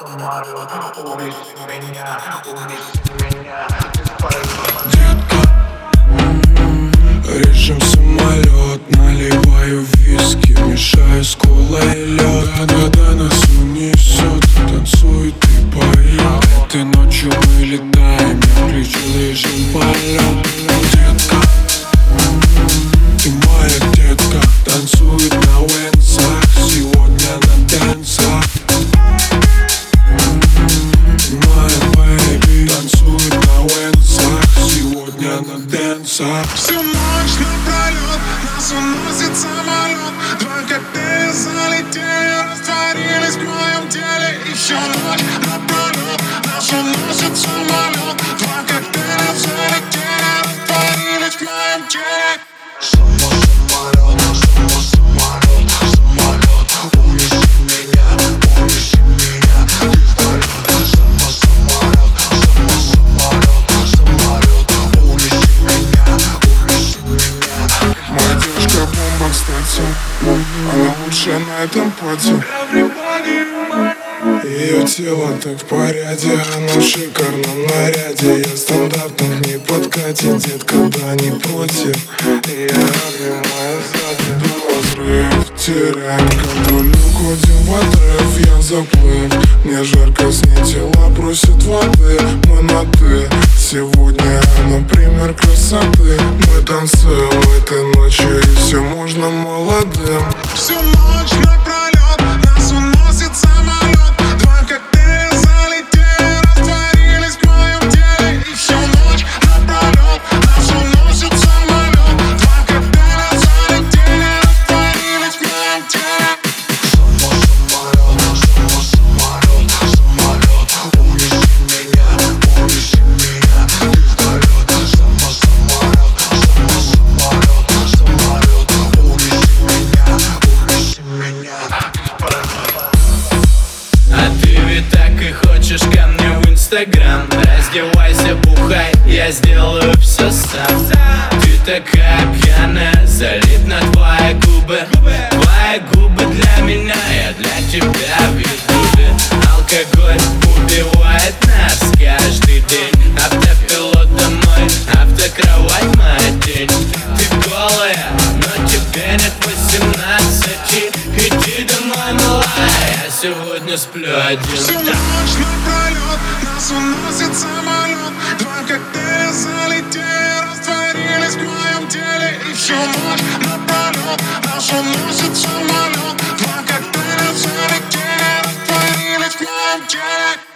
самолет, унеси меня, Детка, режем самолет, наливаю виски, мешаю с колой и лед. Да-да-да, нас унесет, танцует и поет. Этой ночью мы летаем, я включил режим полет. Детка, ты моя детка, танцует на уэнсах, сегодня на дэнсах. Всю ночь напролет нас уносит самолет. Два коктейля залетели, растворились в моем теле. И всю ночь напролет нас уносит самолет. Два коктейля залетели, растворились в моем теле. Она лучшая на этом платье. Ее тело так в порядке, она в шикарном наряде. Я стандартно к ней подкате, детка, да не против. И я обнимаю сзади. Разрыв, теряем контроль, уходим в отрыв. Я заплыв, мне жарко, с ней тела просят воды. Мы на ты, сегодня, например, красоты. Мы танцуем этой ночью, и все можно молодым. Всю ночь напролет нас уносит самолет. Два коктейля залетели, растворились в моем теле. И всю ночь напролет нас уносит самолет. Два коктейля залетели, растворились в моем теле. Ко мне в Инстаграм, раздевайся, бухай, я сделаю все сам. Ты такая пьяная, залипла твои губы. Твои губы для меня, я для тебя в ютубе. Алкоголь убивает нас каждый день. Автопилот домой, автокровать моя тень. Ты голая, но тебе нет 18. Иди домой, малая, я сегодня сплю один. Всю ночь напролет нас уносит самолет. Два коктейля залетели, растворились в моем теле. И всю ночь напролет нас уносит самолет. Два коктейля залетели, растворились в моем теле.